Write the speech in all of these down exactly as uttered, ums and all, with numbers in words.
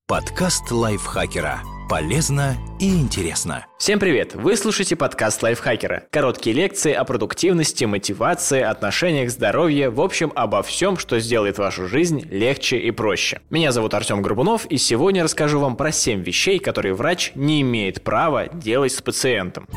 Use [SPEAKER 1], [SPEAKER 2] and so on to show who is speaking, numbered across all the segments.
[SPEAKER 1] Подкаст лайфхакера. Полезно и интересно.
[SPEAKER 2] Всем привет! Вы слушаете подкаст лайфхакера. Короткие лекции о продуктивности, мотивации, отношениях, здоровье, в общем, обо всем, что сделает вашу жизнь легче и проще. Меня зовут Артем Горбунов, и сегодня расскажу вам про семь вещей, которые врач не имеет права делать с пациентом.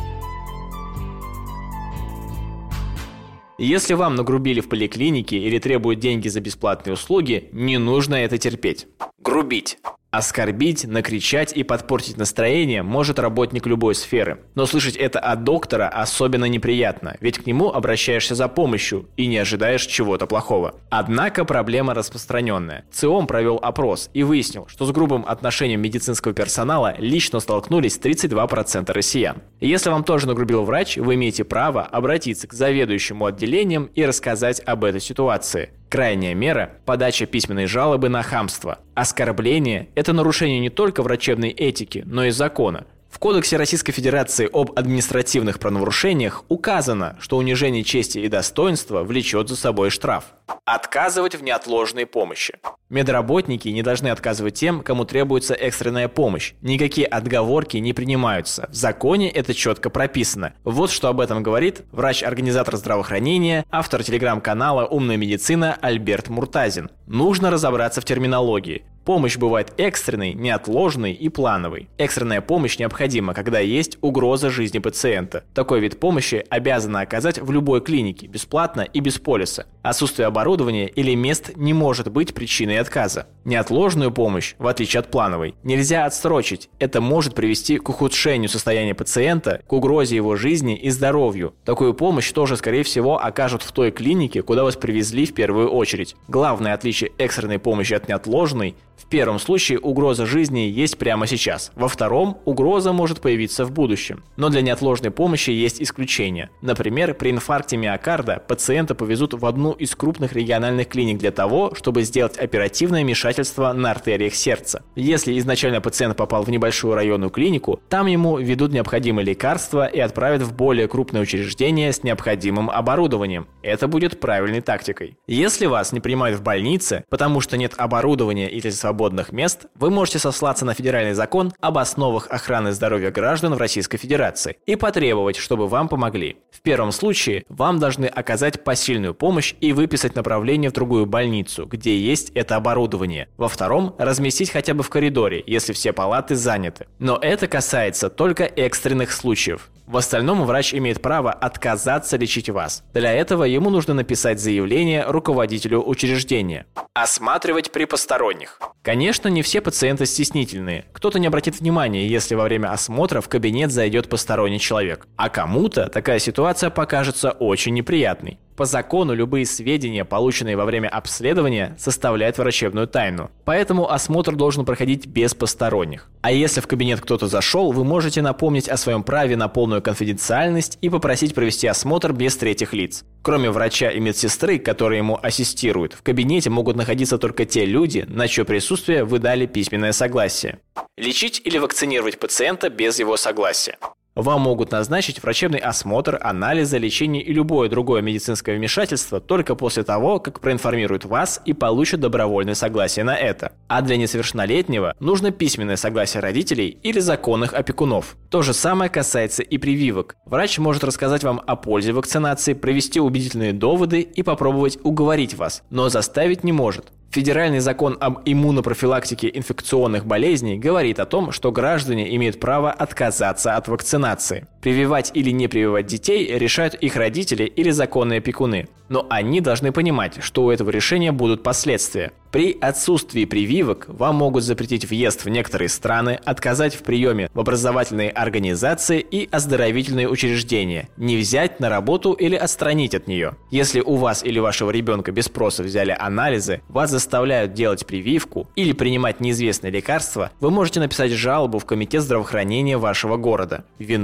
[SPEAKER 2] Если вам нагрубили в поликлинике или требуют деньги за бесплатные услуги, не нужно это терпеть. Грубить. Оскорбить, накричать и подпортить настроение может работник любой сферы. Но слышать это от доктора особенно неприятно, ведь к нему обращаешься за помощью и не ожидаешь чего-то плохого. Однако проблема распространенная. ЦИОМ провел опрос и выяснил, что с грубым отношением медицинского персонала лично столкнулись тридцать два процента россиян. И если вам тоже нагрубил врач, вы имеете право обратиться к заведующему отделением и рассказать об этой ситуации. Крайняя мера – подача письменной жалобы на хамство. Оскорбление – это нарушение не только врачебной этики, но и закона. В Кодексе Российской Федерации об административных правонарушениях указано, что унижение чести и достоинства влечет за собой штраф. Отказывать в неотложной помощи. Медработники не должны отказывать тем, кому требуется экстренная помощь. Никакие отговорки не принимаются. В законе это четко прописано. Вот что об этом говорит врач-организатор здравоохранения, автор телеграм-канала «Умная медицина» Альберт Муртазин. Нужно разобраться в терминологии. Помощь бывает экстренной, неотложной и плановой. Экстренная помощь необходима, когда есть угроза жизни пациента. Такой вид помощи обязаны оказать в любой клинике, бесплатно и без полиса. Отсутствие оборудования или мест не может быть причиной отказа. Неотложную помощь, в отличие от плановой, нельзя отсрочить. Это может привести к ухудшению состояния пациента, к угрозе его жизни и здоровью. Такую помощь тоже, скорее всего, окажут в той клинике, куда вас привезли в первую очередь. Главное отличие экстренной помощи от неотложной – в первом случае угроза жизни есть прямо сейчас. Во втором угроза может появиться в будущем. Но для неотложной помощи есть исключения. Например, при инфаркте миокарда пациента повезут в одну из крупных региональных клиник для того, чтобы сделать оперативное вмешательство на артериях сердца. Если изначально пациент попал в небольшую районную клинику, там ему введут необходимые лекарства и отправят в более крупное учреждение с необходимым оборудованием. Это будет правильной тактикой. Если вас не принимают в больнице, потому что нет оборудования или свободных мест, вы можете сослаться на федеральный закон об основах охраны здоровья граждан в Российской Федерации и потребовать, чтобы вам помогли. В первом случае вам должны оказать посильную помощь и выписать направление в другую больницу, где есть это оборудование. Во втором – разместить хотя бы в коридоре, если все палаты заняты. Но это касается только экстренных случаев. В остальном врач имеет право отказаться лечить вас. Для этого ему нужно написать заявление руководителю учреждения. Осматривать при посторонних. Конечно, не все пациенты стеснительные. Кто-то не обратит внимания, если во время осмотра в кабинет зайдет посторонний человек. А кому-то такая ситуация покажется очень неприятной. По закону любые сведения, полученные во время обследования, составляют врачебную тайну. Поэтому осмотр должен проходить без посторонних. А если в кабинет кто-то зашел, вы можете напомнить о своем праве на полную конфиденциальность и попросить провести осмотр без третьих лиц. Кроме врача и медсестры, которые ему ассистируют, в кабинете могут находиться только те люди, на чье присутствие вы дали письменное согласие. Лечить или вакцинировать пациента без его согласия. Вам могут назначить врачебный осмотр, анализы, лечение и любое другое медицинское вмешательство только после того, как проинформируют вас и получат добровольное согласие на это. А для несовершеннолетнего нужно письменное согласие родителей или законных опекунов. То же самое касается и прививок. Врач может рассказать вам о пользе вакцинации, провести убедительные доводы и попробовать уговорить вас, но заставить не может. Федеральный закон об иммунопрофилактике инфекционных болезней говорит о том, что граждане имеют право отказаться от вакцинации. Прививать или не прививать детей решают их родители или законные опекуны. Но они должны понимать, что у этого решения будут последствия. При отсутствии прививок вам могут запретить въезд в некоторые страны, отказать в приеме в образовательные организации и оздоровительные учреждения, не взять на работу или отстранить от нее. Если у вас или вашего ребенка без спроса взяли анализы, вас заставляют делать прививку или принимать неизвестные лекарства, вы можете написать жалобу в Комитет здравоохранения вашего города. Виновных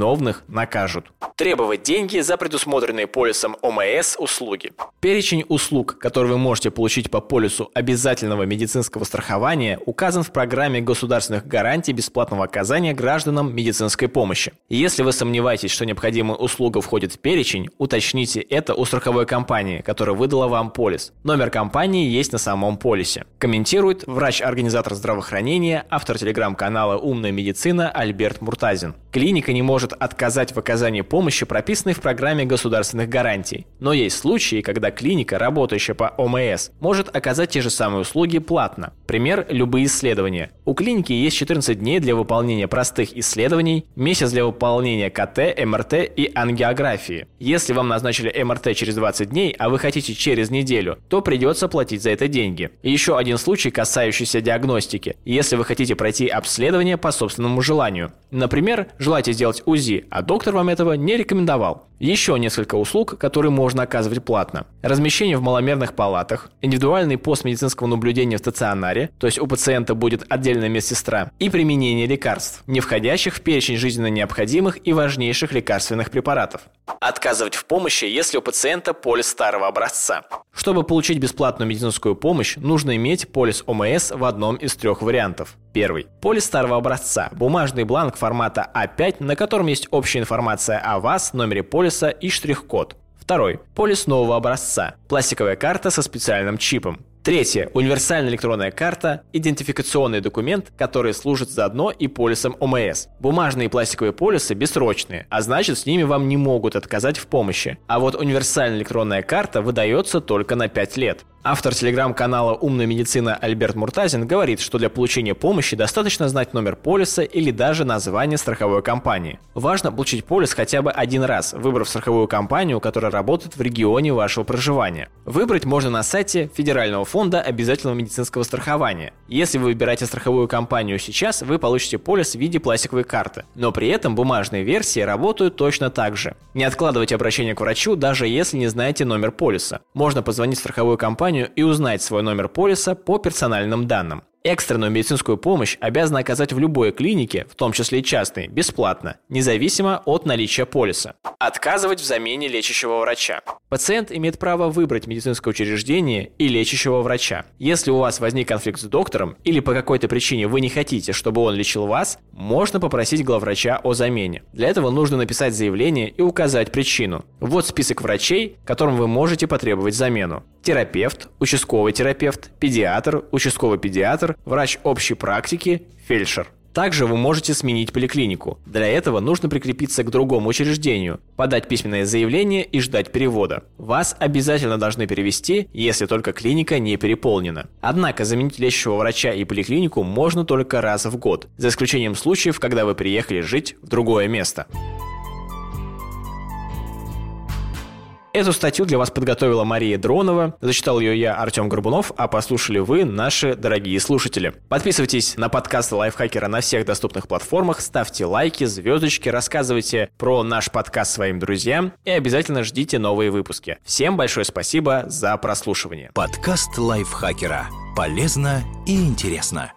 [SPEAKER 2] накажут. Требовать деньги за предусмотренные полисом ОМС услуги. Перечень услуг, которые вы можете получить по полису обязательного медицинского страхования, указан в программе государственных гарантий бесплатного оказания гражданам медицинской помощи. Если вы сомневаетесь, что необходимая услуга входит в перечень, уточните это у страховой компании, которая выдала вам полис. Номер компании есть на самом полисе. Комментирует врач-организатор здравоохранения, автор телеграм-канала «Умная медицина» Альберт Муртазин. Клиника не может отказать в оказании помощи, прописанной в программе государственных гарантий. Но есть случаи, когда клиника, работающая по ОМС, может оказать те же самые услуги платно. Пример – любые исследования. У клиники есть четырнадцать дней для выполнения простых исследований, месяц для выполнения КТ, МРТ и ангиографии. Если вам назначили МРТ через двадцать дней, а вы хотите через неделю, то придется платить за это деньги. И еще один случай, касающийся диагностики. Если вы хотите пройти обследование по собственному желанию. Например, желаете сделать УЗИ, а доктор вам этого не рекомендовал. Еще несколько услуг, которые можно оказывать платно. Размещение в маломерных палатах, индивидуальный пост медицинского наблюдения в стационаре, то есть у пациента будет отдельная медсестра, и применение лекарств, не входящих в перечень жизненно необходимых и важнейших лекарственных препаратов. Отказывать в помощи, если у пациента полис старого образца. Чтобы получить бесплатную медицинскую помощь, нужно иметь полис ОМС в одном из трех вариантов. Первый. Полис старого образца. Бумажный бланк формата А пять, на котором есть общая информация о вас, номере полиса и штрих-код. Второй. Полис нового образца. Пластиковая карта со специальным чипом. Третье. Универсальная электронная карта – идентификационный документ, который служит заодно и полисом ОМС. Бумажные и пластиковые полисы бессрочные, а значит, с ними вам не могут отказать в помощи. А вот универсальная электронная карта выдается только на пять лет. Автор телеграм-канала «Умная медицина» Альберт Муртазин говорит, что для получения помощи достаточно знать номер полиса или даже название страховой компании. Важно получить полис хотя бы один раз, выбрав страховую компанию, которая работает в регионе вашего проживания. Выбрать можно на сайте Федерального фонда обязательного медицинского страхования. Если вы выбираете страховую компанию сейчас, вы получите полис в виде пластиковой карты. Но при этом бумажные версии работают точно так же. Не откладывайте обращение к врачу, даже если не знаете номер полиса. Можно позвонить в страховую компанию и узнать свой номер полиса по персональным данным. Экстренную медицинскую помощь обязаны оказать в любой клинике, в том числе и частной, бесплатно, независимо от наличия полиса. Отказывать в замене лечащего врача. Пациент имеет право выбрать медицинское учреждение и лечащего врача. Если у вас возник конфликт с доктором или по какой-то причине вы не хотите, чтобы он лечил вас, можно попросить главврача о замене. Для этого нужно написать заявление и указать причину. Вот список врачей, которым вы можете потребовать замену. Терапевт, участковый терапевт, педиатр, участковый педиатр, врач общей практики, фельдшер. Также вы можете сменить поликлинику. Для этого нужно прикрепиться к другому учреждению, подать письменное заявление и ждать перевода. Вас обязательно должны перевести, если только клиника не переполнена. Однако заменить лечащего врача и поликлинику можно только раз в год, за исключением случаев, когда вы приехали жить в другое место. Эту статью для вас подготовила Мария Дронова, зачитал ее я, Артем Горбунов, а послушали вы, наши дорогие слушатели. Подписывайтесь на подкасты Лайфхакера на всех доступных платформах, ставьте лайки, звездочки, рассказывайте про наш подкаст своим друзьям и обязательно ждите новые выпуски. Всем большое спасибо за прослушивание.
[SPEAKER 1] Подкаст Лайфхакера. Полезно и интересно.